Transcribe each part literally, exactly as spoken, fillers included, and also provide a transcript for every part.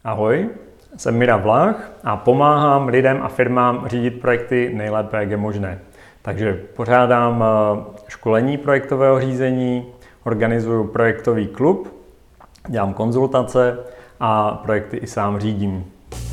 Ahoj, jsem Mira Vlach a pomáhám lidem a firmám řídit projekty nejlépe, jak je možné. Takže pořádám školení projektového řízení, organizuju projektový klub, dělám konzultace a projekty i sám řídím.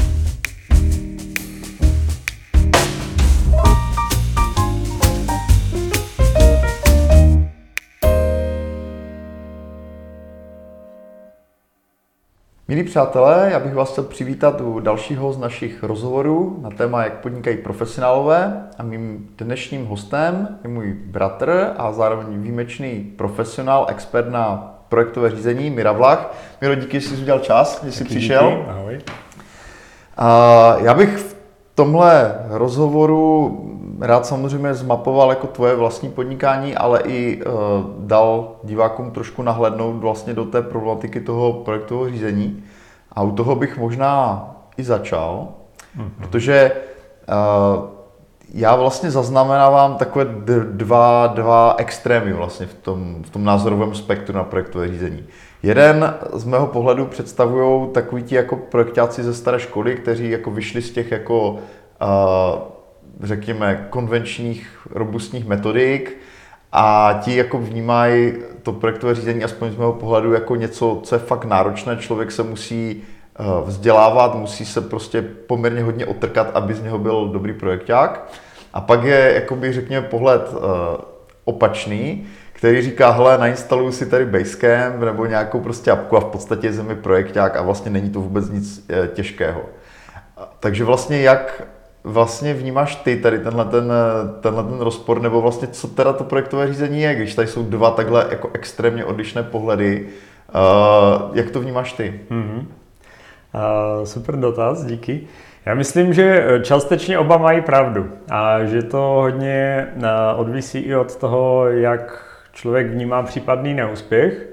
Milí přátelé, já bych vás chtěl přivítat u dalšího z našich rozhovorů na téma, jak podnikají profesionálové. A mým dnešním hostem je můj bratr a zároveň výjimečný profesionál, expert na projektové řízení, Mira Vlach. Miro, díky, že jsi udělal čas, že jsi přišel. Díky. Ahoj. A já bych v tomhle rozhovoru rád samozřejmě zmapoval jako tvoje vlastní podnikání, ale i uh, dal divákům trošku nahlédnout vlastně do té problematiky toho projektového řízení. A u toho bych možná i začal, mm-hmm. protože uh, já vlastně zaznamenávám takové dva, dva extrémy vlastně v tom, v tom názorovém spektru na projektové řízení. Jeden z mého pohledu představují takoví ti jako projektáci ze staré školy, kteří jako vyšli z těch jako uh, řekněme konvenčních robustních metodik a ti jako vnímají to projektové řízení aspoň z mého pohledu jako něco, co je fakt náročné. Člověk se musí uh, vzdělávat, musí se prostě poměrně hodně otrkat, aby z něho byl dobrý projekták. A pak je jakoby řekněme pohled uh, opačný, který říká, hele, nainstaluju si tady Basecamp nebo nějakou prostě apku a v podstatě je mi projekták a vlastně není to vůbec nic e, těžkého. Takže vlastně jak vlastně vnímáš ty tady tenhle ten, tenhle ten rozpor, nebo vlastně co teda to projektové řízení je, když tady jsou dva takhle jako extrémně odlišné pohledy, uh, jak to vnímáš ty? Mm-hmm. Uh, super dotaz, díky. Já myslím, že částečně oba mají pravdu a že to hodně uh, odvisí i od toho, jak člověk vnímá případný neúspěch.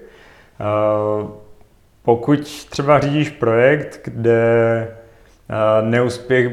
Pokud třeba řídíš projekt, kde neúspěch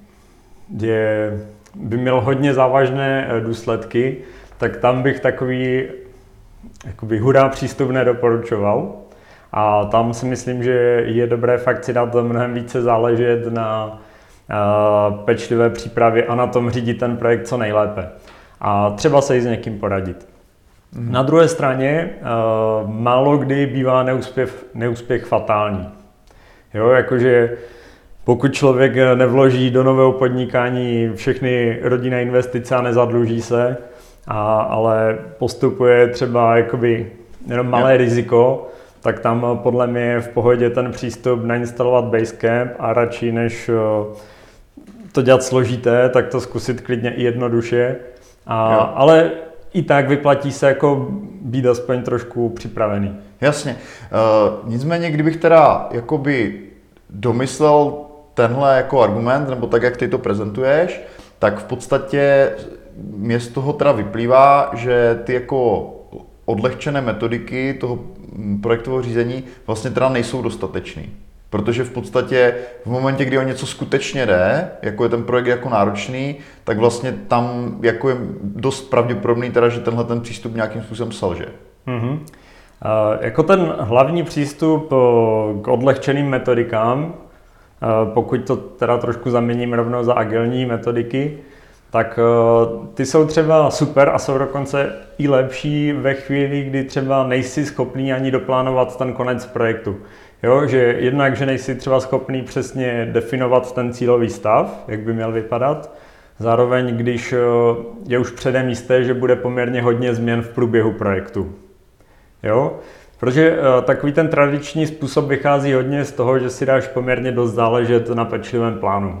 je, by měl hodně závažné důsledky, tak tam bych takový jakoby hurá přístup nedoporučoval. A tam si myslím, že je dobré fakt si dát mnohem více záležet na pečlivé přípravě a na tom řídit ten projekt co nejlépe. A třeba se i s někým poradit. Mm. Na druhé straně uh, málo kdy bývá neúspěch, neúspěch fatální. Jo, jakože pokud člověk nevloží do nového podnikání všechny rodinné investice a nezadluží se, a, ale postupuje třeba jakoby jenom malé yeah. riziko, tak tam podle mě je v pohodě ten přístup nainstalovat Basecamp a radši než uh, to dělat složité, tak to zkusit klidně i jednoduše. A, yeah. Ale i tak vyplatí se jako být aspoň trošku připravený. Jasně. Uh, nicméně, kdybych teda jakoby domyslel tenhle jako argument, nebo tak, jak ty to prezentuješ, tak v podstatě mě z toho teda vyplývá, že ty jako odlehčené metodiky toho projektového řízení vlastně teda nejsou dostatečný. Protože v podstatě v momentě, kdy o něco skutečně jde, jako je ten projekt jako náročný, tak vlastně tam jako je dost pravděpodobný teda, že tenhle ten přístup nějakým způsobem selže. Mm-hmm. Uh, jako ten hlavní přístup uh, k odlehčeným metodikám, uh, pokud to teda trošku zaměním rovnou za agilní metodiky, tak uh, ty jsou třeba super a jsou dokonce i lepší ve chvíli, kdy třeba nejsi schopný ani doplánovat ten konec projektu. Jo, že jednak, že nejsi třeba schopný přesně definovat ten cílový stav, jak by měl vypadat. Zároveň, když je už předem jisté, že bude poměrně hodně změn v průběhu projektu. Jo? Protože takový ten tradiční způsob vychází hodně z toho, že si dáš poměrně dost záležet na pečlivém plánu.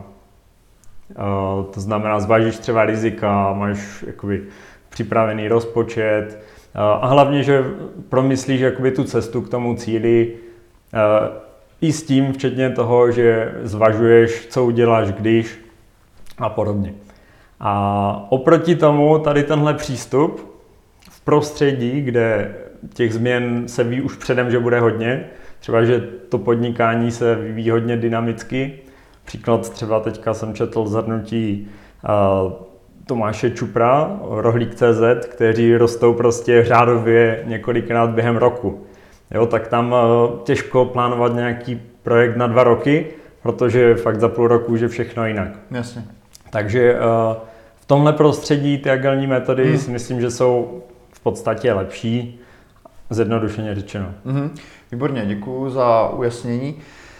To znamená, zvážíš třeba rizika, máš jakoby připravený rozpočet a hlavně, že promyslíš jakoby tu cestu k tomu cíli, Uh, i s tím, včetně toho, že zvažuješ, co uděláš, když a podobně. A oproti tomu tady tenhle přístup v prostředí, kde těch změn se ví už předem, že bude hodně, třeba, že to podnikání se vyvíjí hodně dynamicky. Příklad třeba teďka jsem četl zhrnutí uh, Tomáše Čupra, Rohlík tečka cé zet, kteří rostou prostě řádově několikrát během roku. Jo, tak tam těžko plánovat nějaký projekt na dva roky, protože fakt za půl roku už je všechno jinak. Jasně. Takže v tomhle prostředí ty agilní metody hmm. si myslím, že jsou v podstatě lepší, zjednodušeně řečeno. Hmm. Výborně, děkuji za ujasnění.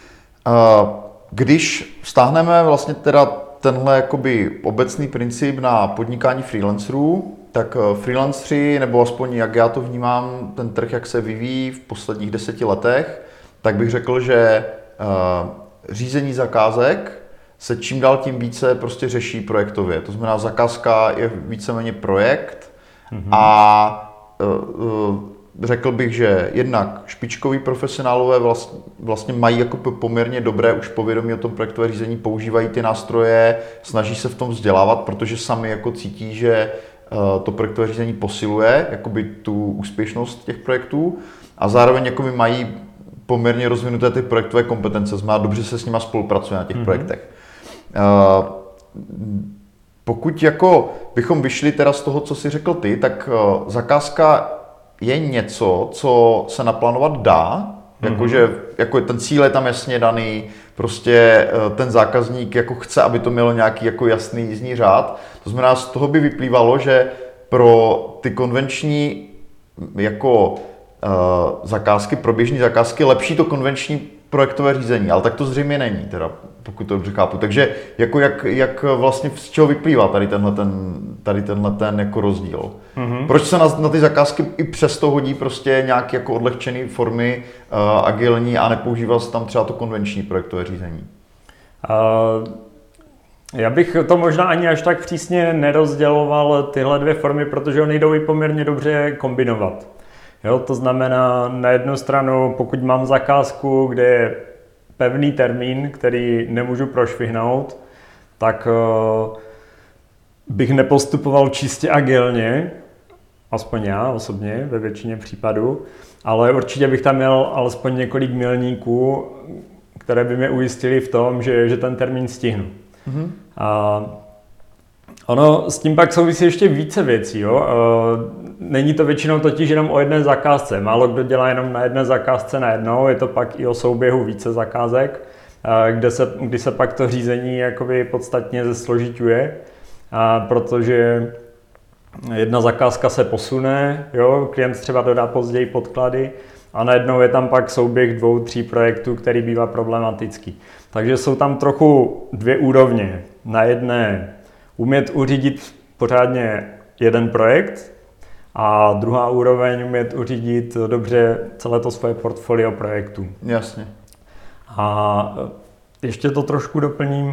Když stáhneme vlastně teda tenhle jakoby obecný princip na podnikání freelancerů, tak freelanceri, nebo aspoň jak já to vnímám, ten trh, jak se vyvíjí v posledních deseti letech, tak bych řekl, že řízení zakázek se čím dál tím více prostě řeší projektově. To znamená, zakázka je víceméně projekt mm-hmm. a uh, uh, řekl bych, že jednak špičkoví profesionálové vlastně, vlastně mají jako poměrně dobré už povědomí o tom projektové řízení, používají ty nástroje, snaží se v tom vzdělávat, protože sami jako cítí, že uh, to projektové řízení posiluje jakoby tu úspěšnost těch projektů a zároveň jakoby mají poměrně rozvinuté ty projektové kompetence, znamená dobře se s nima spolupracuje na těch mm-hmm. projektech. Uh, pokud jako bychom vyšli teda z toho, co jsi řekl ty, tak uh, zakázka je něco, co se naplánovat dá, mm-hmm. jakože jako ten cíl je tam jasně daný, prostě uh, ten zákazník jako chce, aby to mělo nějaký jako jasný jízdní řád. To znamená, z toho by vyplývalo, že pro ty konvenční jako uh, zakázky, pro běžné zakázky lepší to konvenční projektové řízení, ale tak to zřejmě není, teda, pokud to dobře chápu. Takže jako jak, jak vlastně z čeho vyplývá tady tenhle ten, tady tenhle ten jako rozdíl? Mm-hmm. Proč se na, na ty zakázky i přesto hodí prostě nějaké jako odlehčené formy uh, agilní a nepoužívá se tam třeba to konvenční projektové řízení? Uh, já bych to možná ani až tak přísně nerozděloval tyhle dvě formy, protože oni jdou i poměrně dobře kombinovat. Jo, to znamená, na jednu stranu, pokud mám zakázku, kde je pevný termín, který nemůžu prošvihnout, tak uh, bych nepostupoval čistě agilně, aspoň já osobně ve většině případů, ale určitě bych tam měl alespoň několik milníků, které by mě ujistily v tom, že, že ten termín stihnu. Mm-hmm. A ono s tím pak souvisí ještě více věcí. Jo? Není to většinou totiž jenom o jedné zakázce. Málo kdo dělá jenom na jedné zakázce najednou, je to pak i o souběhu více zakázek, kde se, kdy se pak to řízení jakoby podstatně zesložiťuje, protože jedna zakázka se posune, jo? Klient třeba dodá později podklady a najednou je tam pak souběh dvou, tří projektů, který bývá problematický. Takže jsou tam trochu dvě úrovně. Na jedné umět uřídit pořádně jeden projekt a druhá úroveň umět uřídit dobře celé to svoje portfolio projektů. Jasně. A ještě to trošku doplním.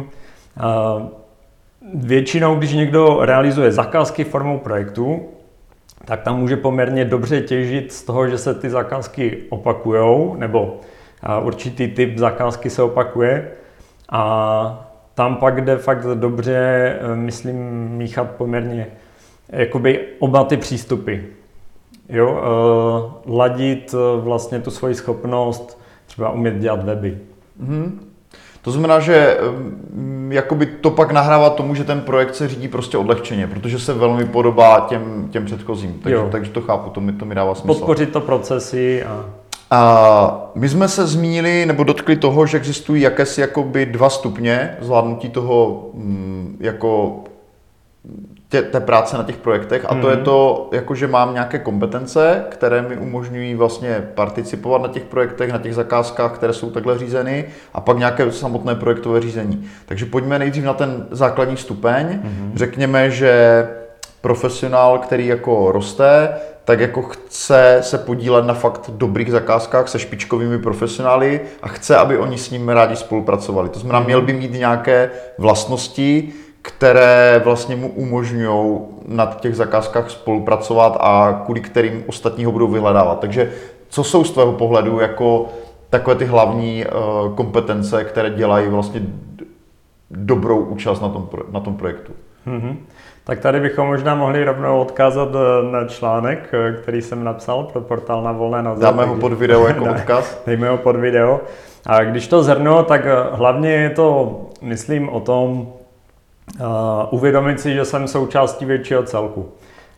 Většinou, když někdo realizuje zakázky formou projektu, tak tam může poměrně dobře těžit z toho, že se ty zakázky opakujou, nebo určitý typ zakázky se opakuje. A tam pak jde fakt dobře, myslím, míchat poměrně jakoby oba ty přístupy. Jo, uh, ladit vlastně tu svoji schopnost, třeba umět dělat weby. Mm-hmm. To znamená, že um, jakoby to pak nahrává tomu, že ten projekt se řídí prostě odlehčeně, protože se velmi podobá těm, těm předchozím. Takže, takže to chápu, to mi, to mi dává smysl. Podpořit to procesy a... A my jsme se zmínili nebo dotkli toho, že existují jakési jakoby dva stupně zvládnutí toho jako tě, té práce na těch projektech a mm-hmm. to je to, jako že mám nějaké kompetence, které mi umožňují vlastně participovat na těch projektech, na těch zakázkách, které jsou takhle řízeny a pak nějaké samotné projektové řízení. Takže pojďme nejdřív na ten základní stupeň. Mm-hmm. Řekněme, že profesionál, který jako roste, tak jako chce se podílet na fakt dobrých zakázkách se špičkovými profesionály a chce, aby oni s ním rádi spolupracovali. To znamená, měl by mít nějaké vlastnosti, které vlastně mu umožňují na těch zakázkách spolupracovat a kvůli kterým ostatní ho budou vyhledávat. Takže co jsou z tvého pohledu jako takové ty hlavní uh, kompetence, které dělají vlastně dobrou účast na tom, na tom projektu? Mm-hmm. Tak tady bychom možná mohli rovnou odkázat na článek, který jsem napsal pro portál Na volné noze. Dáme ho pod video jako odkaz. Dejme ho pod video. A když to zhrnu, tak hlavně je to, myslím, o tom uh, uvědomit si, že jsem součástí většího celku.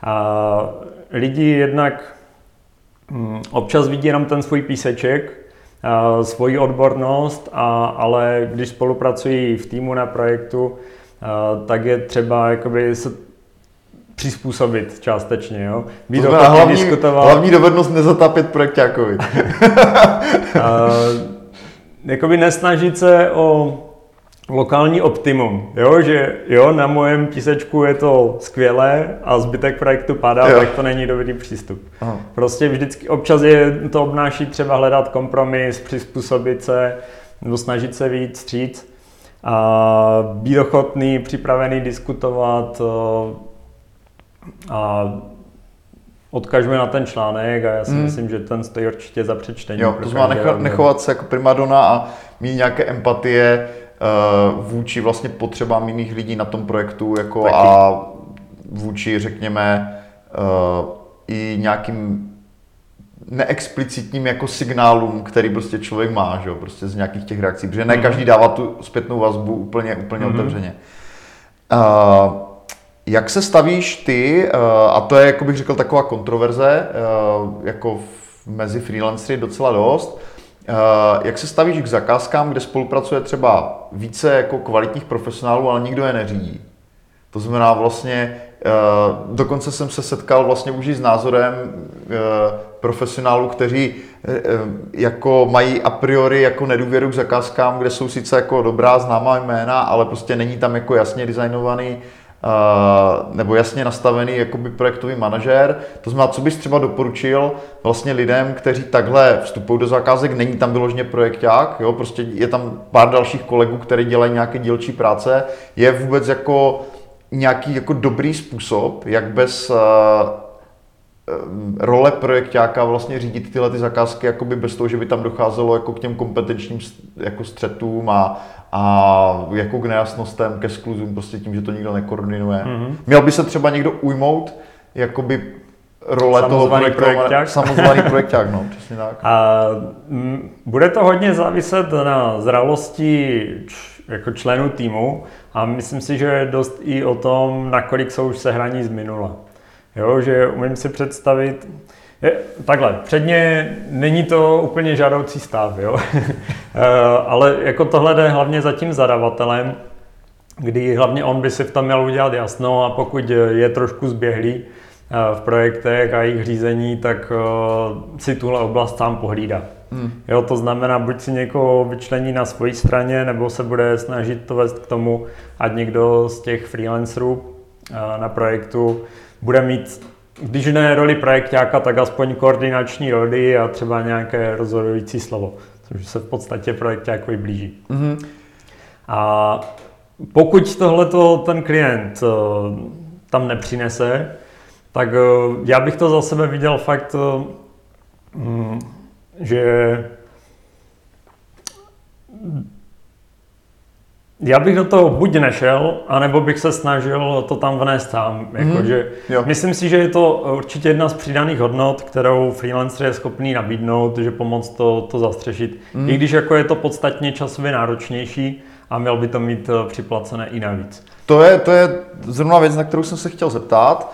A lidi jednak um, občas vidí jenom ten svůj píseček svoji odbornost, a, ale když spolupracují v týmu na projektu, tak je třeba jakoby se přizpůsobit částečně. Jo? Být to hlavní, diskutovat. Hlavní dovednost nezatápět projekťákovi. Jakoby nesnažit se o lokální optimum, jo? Že jo, na mém písečku je to skvělé a zbytek projektu padá, jo. Tak to není dobrý přístup. Aha. Prostě vždycky občas je to obnáší třeba hledat kompromis, přizpůsobit se, nebo snažit se víc vstříc a být ochotný, připravený diskutovat a odkažme na ten článek a já si hmm. myslím, že ten stojí určitě za přečtení. Jo, to znamená necho, nechovat se jako primadona a mít nějaké empatie uh, vůči vlastně potřebám jiných lidí na tom projektu jako a vůči, řekněme, uh, i nějakým neexplicitním jako signálům, který prostě člověk má, že jo, prostě z nějakých těch reakcí, protože ne hmm. každý dává tu zpětnou vazbu úplně, úplně hmm. otevřeně. Uh, Jak se stavíš ty, a to je, jako bych řekl, taková kontroverze, jako mezi freelancery docela dost, jak se stavíš k zakázkám, kde spolupracuje třeba více jako kvalitních profesionálů, ale nikdo je neřídí? To znamená vlastně, dokonce jsem se setkal vlastně už i s názorem profesionálů, kteří jako mají a priori jako nedůvěru k zakázkám, kde jsou sice jako dobrá známá jména, ale prostě není tam jako jasně designovaný Uh, nebo jasně nastavený jakoby projektový manažer. To znamená, co bys třeba doporučil vlastně lidem, kteří takhle vstupují do zakázek, není tam vyloženě projekták, jo, prostě je tam pár dalších kolegů, kteří dělají nějaké dílčí práce. Je vůbec jako nějaký jako dobrý způsob, jak bez uh, role projekťáka vlastně řídit tyhle ty zakázky jakoby bez toho, že by tam docházelo jako k těm kompetenčním jako střetům a a jako k nejasnostem, ke skluzům, prostě tím, že to nikdo nekoordinuje. Mm-hmm. Měl by se třeba někdo ujmout jakoby role samozvaný toho projekťák. Samozvaný projekťák, no, přesně tak. A m, bude to hodně záviset na zralosti č, jako členů týmu a myslím si, že je dost i o tom, nakolik jsou už sehraní z minula. Jo, že umím si představit, je, takhle, předně není to úplně žádoucí stav, jo? Ale jako tohle jde hlavně za tím zadavatelem, kdy hlavně on by si v tom měl udělat jasno a pokud je trošku zběhlý v projektech a jejich řízení, tak si tuhle oblast sám pohlídá. Hmm. Jo, to znamená, buď si někoho vyčlení na svojí straně, nebo se bude snažit to vést k tomu, ať někdo z těch freelancerů na projektu bude mít, když ne roli projekťáka, tak aspoň koordinační roli a třeba nějaké rozhodující slovo, což se v podstatě projekťákovi blíží. Mm-hmm. A pokud tohleto ten klient tam nepřinese, tak já bych to za sebe viděl fakt, že já bych do toho buď nešel, anebo bych se snažil to tam vnést sám. Jako, mm, že myslím si, že je to určitě jedna z přidaných hodnot, kterou freelancer je schopný nabídnout, že pomoct to, to zastřešit. Mm. I když jako je to podstatně časově náročnější a měl by to mít připlacené i navíc. To je, to je zrovna věc, na kterou jsem se chtěl zeptat.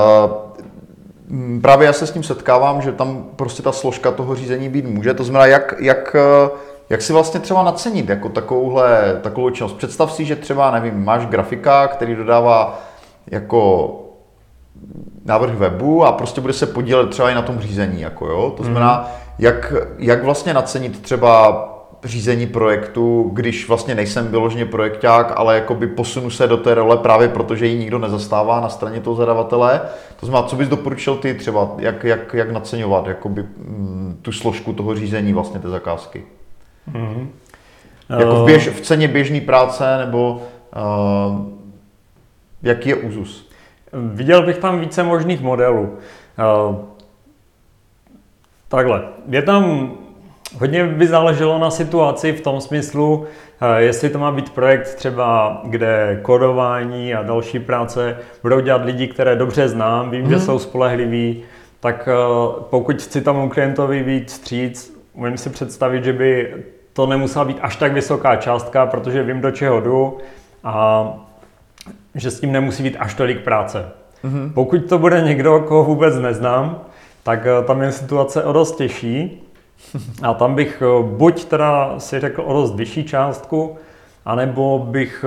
Uh, právě já se s tím setkávám, že tam prostě ta složka toho řízení být může. To znamená, jak... jak Jak si vlastně třeba nacenit jako takovouhle, takovou činnost? Představ si, že třeba, nevím, máš grafika, který dodává jako návrh webu a prostě bude se podílet třeba i na tom řízení, jako jo? To znamená, mm. jak, jak vlastně nacenit třeba řízení projektu, když vlastně nejsem vyloženě projekťák, ale jakoby posunu se do té role právě protože ji nikdo nezastává na straně toho zadavatele. To znamená, co bys doporučil ty třeba, jak, jak, jak naceňovat jakoby, m, tu složku toho řízení vlastně té zakázky? Mm-hmm. Jako v, běž, v ceně běžné práce, nebo uh, jaký je úzus? Viděl bych tam více možných modelů. Uh, takhle, je tam, hodně by záleželo na situaci v tom smyslu, uh, jestli to má být projekt třeba, kde kodování a další práce budou dělat lidi, které dobře znám, vím, mm-hmm. že jsou spolehliví, tak uh, pokud chci tomu klientovi víc vstříc, umím si představit, že by to nemusela být až tak vysoká částka, protože vím, do čeho jdu a že s tím nemusí být až tolik práce. Mm-hmm. Pokud to bude někdo, koho vůbec neznám, tak tam je situace o dost těžší A tam bych buď teda si řekl o dost vyšší částku, anebo bych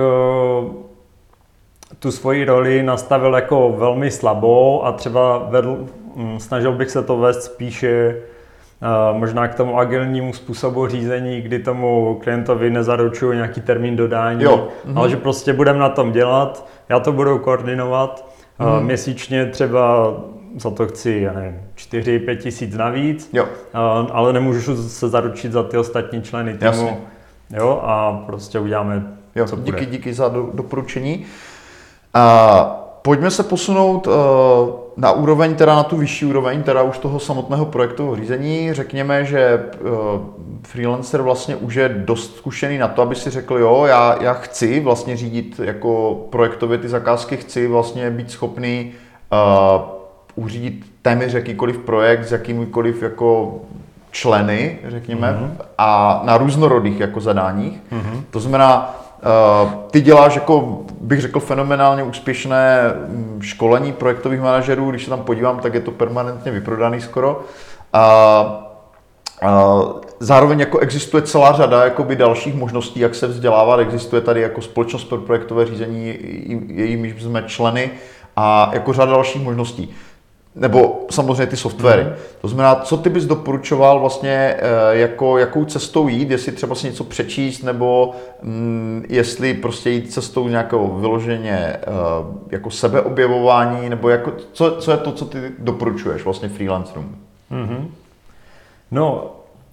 tu svoji roli nastavil jako velmi slabou a třeba vedl, snažil bych se to vést spíše možná k tomu agilnímu způsobu řízení, kdy tomu klientovi nezaručuju nějaký termín dodání, jo. ale že prostě budeme na tom dělat, já to budu koordinovat, mm. měsíčně třeba za to chci, já nevím, čtyři pět tisíc navíc, jo. ale nemůžu se zaručit za ty ostatní členy týmu. Jasně. Jo, a prostě uděláme, jo, co díky, bude. díky za do, doporučení. A pojďme se posunout uh, na úroveň, teda na tu vyšší úroveň, teda už toho samotného projektového řízení. Řekněme, že uh, freelancer vlastně už je dost zkušený na to, aby si řekl, jo, já, já chci vlastně řídit jako projektově ty zakázky, chci vlastně být schopný uh, uřídit téměř jakýkoliv projekt s jakýmikoliv jako členy, řekněme, mm-hmm. a na různorodých jako zadáních. Mm-hmm. To znamená, uh, ty děláš jako, bych řekl, fenomenálně úspěšné školení projektových manažerů, když se tam podívám, tak je to permanentně vyprodaný skoro. A uh, zároveň jako existuje celá řada jakoby dalších možností, jak se vzdělávat. Existuje tady jako společnost pro projektové řízení, jejímiž jsme členy, a jako řada dalších možností. Nebo samozřejmě ty softwary. Mm. To znamená, co ty bys doporučoval vlastně, jako, jakou cestou jít, jestli třeba si něco přečíst, nebo mm, jestli prostě jít cestou nějakého vyloženě jako sebeobjevování, nebo jako, co, co je to, co ty doporučuješ vlastně freelancerům? Mm-hmm. No,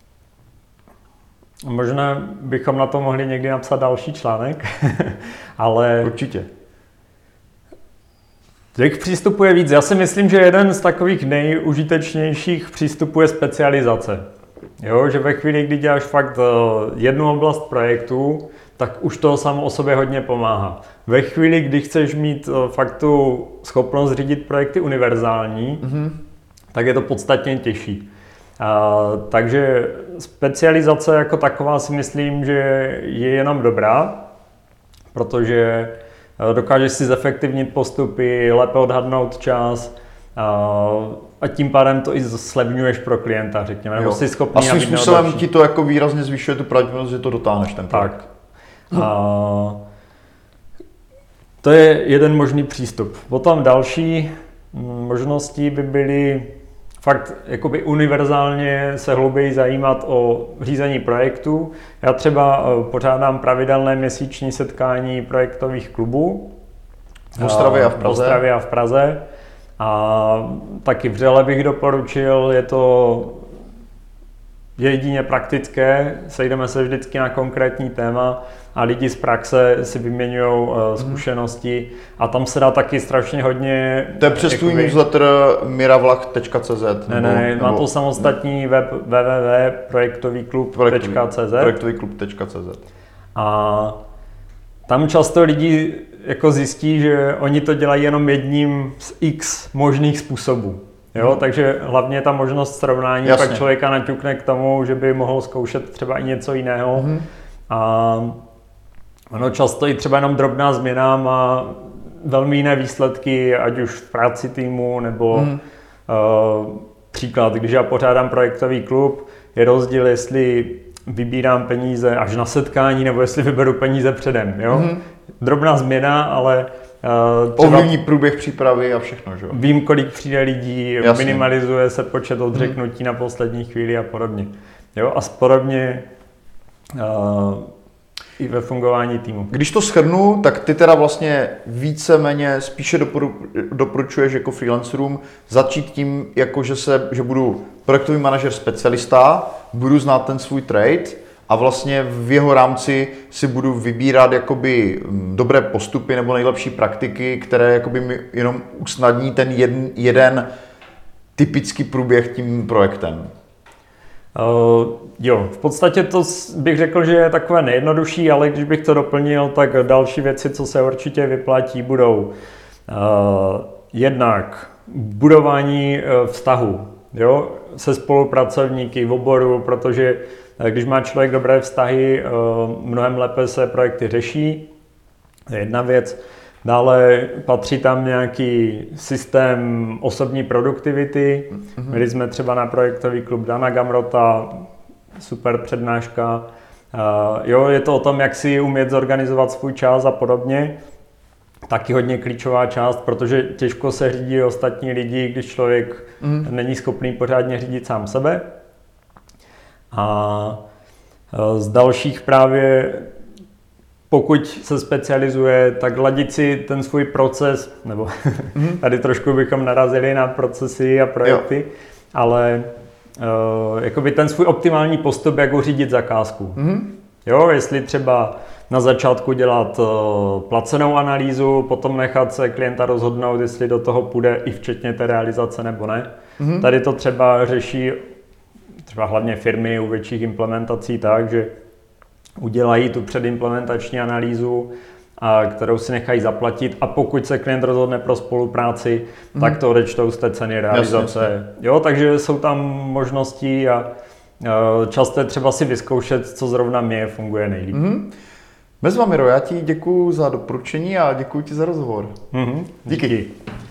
možná bychom na to mohli někdy napsat další článek, ale... Určitě. Těch přístupů je víc. Já si myslím, že jeden z takových nejužitečnějších přístupů je specializace. Jo, že ve chvíli, kdy děláš fakt jednu oblast projektu, tak už to samo o sobě hodně pomáhá. Ve chvíli, kdy chceš mít fakt tu schopnost řídit projekty univerzální, mm-hmm. tak je to podstatně těžší. A, takže specializace jako taková si myslím, že je jenom dobrá, protože dokážeš si zefektivnit postupy, lépe odhadnout čas a tím pádem to i zlevňuješ pro klienta, řekněme. Nebo jsi schopný, a svým způsobem ti to jako výrazně zvyšuje tu pravděpodobnost, že to dotáhneš ten projekt. Tak. A to je jeden možný přístup. Potom další možnosti by byly fakt jakoby univerzálně se hlouběji zajímat o řízení projektů. Já třeba pořádám pravidelné měsíční setkání projektových klubů. V Ostravě a v Praze. V Ostravě a v Praze. A taky vřele bych doporučil, je to jedině praktické, sejdeme se vždycky na konkrétní téma a lidi z praxe si vyměňují uh, zkušenosti a tam se dá taky strašně hodně... To je přes tvůj newsletter miravlach tečka cé zet? Ne, ne, ne, má to samostatný web w w w tečka projektovýklub tečka cé zet. projektovýklub tečka cé zet. A tam často lidi jako zjistí, že oni to dělají jenom jedním z x možných způsobů. Jo, hmm. takže hlavně ta možnost srovnání Jasně. pak člověka naťukne k tomu, že by mohl zkoušet třeba i něco jiného. Hmm. A ono často i třeba jenom drobná změna má velmi jiné výsledky, ať už v práci týmu, nebo hmm. uh, příklad, když já pořádám projektový klub, je rozdíl, jestli vybírám peníze až na setkání, nebo jestli vyberu peníze předem. Jo? Hmm. Drobná změna, ale Uh, ovlivní průběh přípravy a všechno, že jo? Vím, kolik přijde lidí, Jasně. minimalizuje se počet odřeknutí hmm. na poslední chvíli a podobně. Jo, a podobně uh, i ve fungování týmu. Když to shrnu, tak ty teda vlastně víceméně spíše doporu, doporučuješ jako freelancerům začít tím, jako že, se, že budu projektový manažer specialista, budu znát ten svůj trade, a vlastně v jeho rámci si budu vybírat jakoby dobré postupy nebo nejlepší praktiky, které jakoby mi jenom usnadní ten jeden, jeden typický průběh tím projektem. Uh, jo, v podstatě to bych řekl, že je takové nejjednodušší, ale když bych to doplnil, tak další věci, co se určitě vyplatí, budou uh, jednak budování uh, vztahu, jo, se spolupracovníky v oboru, protože když má člověk dobré vztahy, mnohem lépe se projekty řeší. To je jedna věc. Dále patří tam nějaký systém osobní produktivity. Mm-hmm. Měli jsme třeba na projektový klub Dana Gamrota, super přednáška. Uh, jo, je to o tom, jak si umět zorganizovat svůj čas a podobně. Taky hodně klíčová část, protože těžko se řídí ostatní lidi, když člověk mm. není schopný pořádně řídit sám sebe. A z dalších právě, pokud se specializuje, tak ladit si ten svůj proces, nebo mm. tady trošku bychom narazili na procesy a projekty, jo. ale uh, jakoby ten svůj optimální postup, jak uřídit zakázku. Mm. Jo, jestli třeba na začátku dělat uh, placenou analýzu, potom nechat se klienta rozhodnout, jestli do toho půjde i včetně té realizace nebo ne. Mm-hmm. Tady to třeba řeší třeba hlavně firmy u větších implementací tak, že udělají tu předimplementační analýzu, a kterou si nechají zaplatit, a pokud se klient rozhodne pro spolupráci, mm-hmm. tak to odečtou z té ceny realizace. Jasně, jasně. Jo, takže jsou tam možnosti a uh, často je třeba si vyzkoušet, co zrovna mě funguje nejlíp. Mm-hmm. Bez vám, Miro, já ti děkuju za doporučení a děkuju ti za rozhovor. Mm-hmm. Díky. Díky.